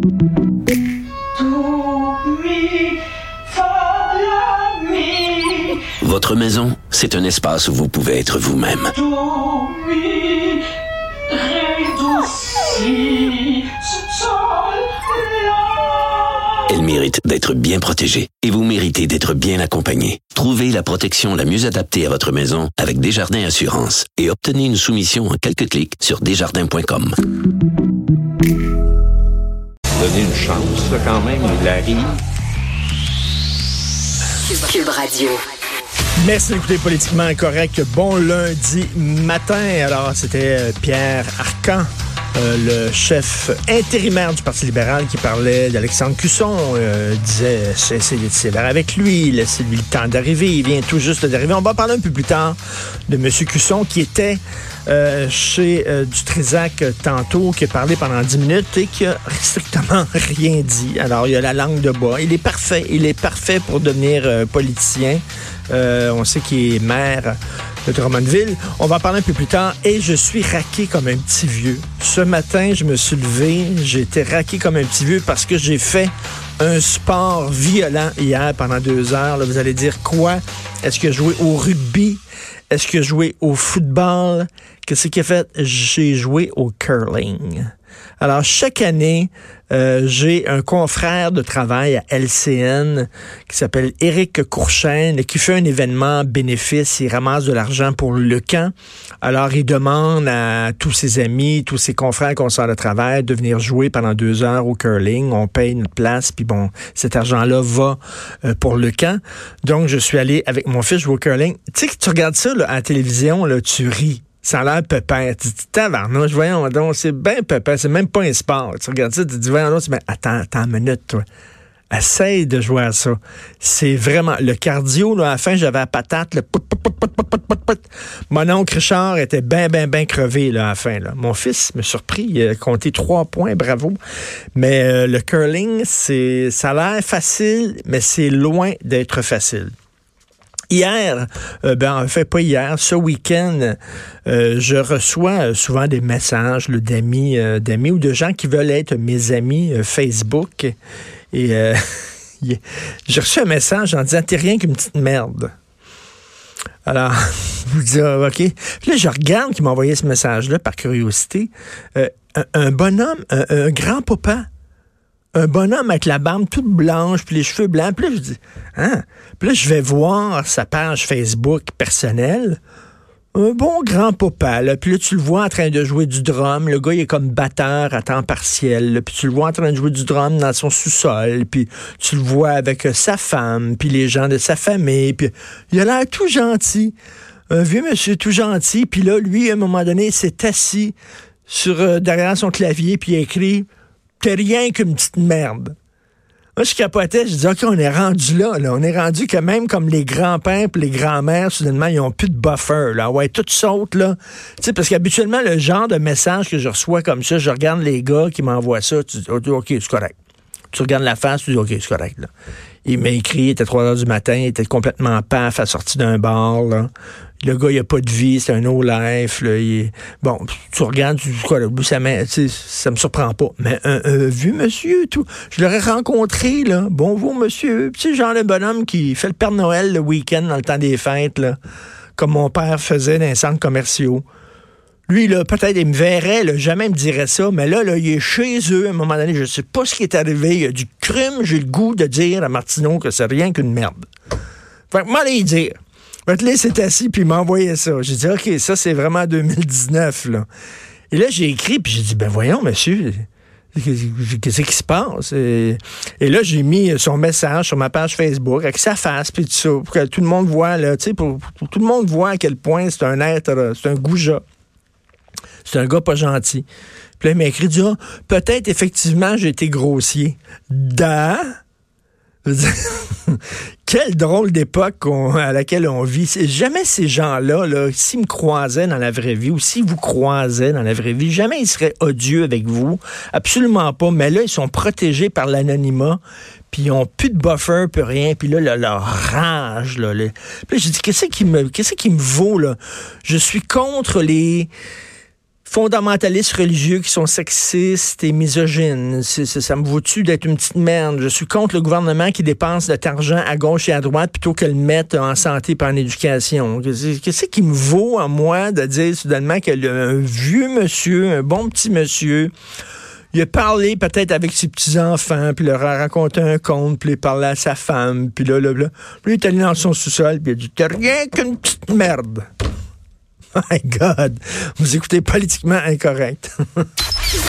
Votre maison, c'est un espace où vous pouvez être vous-même. Elle mérite d'être bien protégée et vous méritez d'être bien accompagné. Trouvez la protection la mieux adaptée à votre maison avec Desjardins Assurance et obtenez une soumission en quelques clics sur desjardins.com. Donner une chance, là, quand même, il arrive. Cube Radio. Merci d'écouter Politiquement Incorrect. Bon lundi matin. Alors, c'était Pierre Arcan, le chef intérimaire du Parti libéral, qui parlait d'Alexandre Cusson. Disait, essayez de sévère avec lui, laissez-lui le temps d'arriver. Il vient tout juste d'arriver. On va parler un peu plus tard de M. Cusson, qui était chez Dutrisac tantôt, qui a parlé pendant 10 minutes et qui a strictement rien dit. Alors, il a la langue de bois. Il est parfait pour devenir politicien. On sait qu'il est maire de Drummondville. On va en parler un peu plus tard. Et je suis raqué comme un petit vieux. Ce matin, je me suis levé, j'ai été raqué comme un petit vieux parce que j'ai fait un sport violent hier pendant 2 heures. Là, vous allez dire quoi? Est-ce que j'ai joué au rugby? Est-ce que j'ai joué au football? Qu'est-ce qu'il a fait? J'ai joué au curling. Alors, chaque année, j'ai un confrère de travail à LCN qui s'appelle Éric Courchaine, qui fait un événement bénéfice. Il ramasse de l'argent pour le camp. Alors, il demande à tous ses amis, tous ses confrères consoeurs de travail de venir jouer pendant 2 heures au curling. On paye une place, puis bon, cet argent-là va pour le camp. Donc, je suis allé avec mon fils jouer au curling. Tu sais, que tu regardes ça là, à la télévision, là, tu ris. Ça a l'air pépère. Tu dis, tabarnouche, voyons donc, c'est bien pépère. C'est même pas un sport. Tu regardes ça, tu dis, voyons donc, attends une minute, toi. Essaye de jouer à ça. C'est vraiment... Le cardio, là, à la fin, j'avais la patate, le pout. Mon oncle Richard était bien crevé, là, à la fin, là. Mon fils me surpris. Il a compté 3 points, bravo. Mais le curling, ça a l'air facile, mais c'est loin d'être facile. Hier, en fait, pas hier, ce week-end, je reçois souvent des messages là, d'amis ou de gens qui veulent être mes amis Facebook. Et j'ai reçu un message en disant « T'es rien qu'une petite merde ». Alors, je vous dis « OK ». Puis là, je regarde qui m'a envoyé ce message-là par curiosité. Un bonhomme, un grand papa. Un bonhomme avec la barbe toute blanche, puis les cheveux blancs. Puis là, je dis, hein? Puis là, je vais voir sa page Facebook personnelle. Un bon grand papa, là. Puis là, tu le vois en train de jouer du drum. Le gars, il est comme batteur à temps partiel, là. Puis tu le vois en train de jouer du drum dans son sous-sol. Puis tu le vois avec sa femme, puis les gens de sa famille. Puis il a l'air tout gentil. Un vieux monsieur tout gentil. Puis là, lui, à un moment donné, il s'est assis derrière son clavier, puis il a écrit... T'es rien qu'une petite merde. Moi, je capotais, je dis, OK, on est rendu là. On est rendu que même comme les grands-pères et les grands-mères, soudainement, ils n'ont plus de buffer, là. Ouais, tout saute, là. Tu sais, parce qu'habituellement, le genre de message que je reçois comme ça, je regarde les gars qui m'envoient ça, tu dis, OK, c'est correct. Tu regardes la face, tu dis, OK, c'est correct, là. Il m'a écrit, il était 3 heures du matin, il était complètement paf, assorti d'un bar, là. Le gars, il a pas de vie, c'est un no-life, là. Bon, tu regardes, tu dis quoi, là, ça me surprend pas. Mais un vieux monsieur, tout. Je l'aurais rencontré, là. Bonjour, monsieur. Petit genre de bonhomme qui fait le Père Noël le week-end dans le temps des fêtes, là. Comme mon père faisait dans les centres commerciaux. Lui, là, peut-être, il me verrait, là, jamais il me dirait ça, mais là, il est chez eux, à un moment donné, je sais pas ce qui est arrivé, il y a du crime, j'ai le goût de dire à Martineau que c'est rien qu'une merde. Fait que moi, allez dire. Fait que là, il s'est assis, puis il m'a envoyé ça. J'ai dit, OK, ça, c'est vraiment 2019, là. Et là, j'ai écrit, puis j'ai dit, ben voyons, monsieur, qu'est-ce qui se passe? Et là, j'ai mis son message sur ma page Facebook avec sa face, puis tout ça, pour que tout le monde voit, là, tu sais, pour tout le monde voit à quel point c'est un être, c'est un goujat. C'est un gars pas gentil. Puis là, il m'a écrit, dit, peut-être, effectivement, j'ai été grossier. Quelle drôle d'époque à laquelle on vit. Jamais ces gens-là, là, s'ils me croisaient dans la vraie vie ou s'ils vous croisaient dans la vraie vie, jamais ils seraient odieux avec vous. Absolument pas. Mais là, ils sont protégés par l'anonymat. Puis ils n'ont plus de buffer, plus rien. Puis là, leur rage. Là, Puis là, j'ai dit, qu'est-ce qui me vaut, là? Je suis contre les fondamentalistes religieux qui sont sexistes et misogynes. Ça me vaut-tu d'être une petite merde? Je suis contre le gouvernement qui dépense de l'argent à gauche et à droite plutôt que le mettre en santé et en éducation. Qu'est-ce qui me vaut à moi de dire soudainement que un vieux monsieur, un bon petit monsieur, il a parlé peut-être avec ses petits-enfants, puis il leur a raconté un conte, puis il parlait à sa femme, puis là, puis il est allé dans son sous-sol, puis il a dit « T'es rien qu'une petite merde! » My God! Vous écoutez Politiquement Incorrect.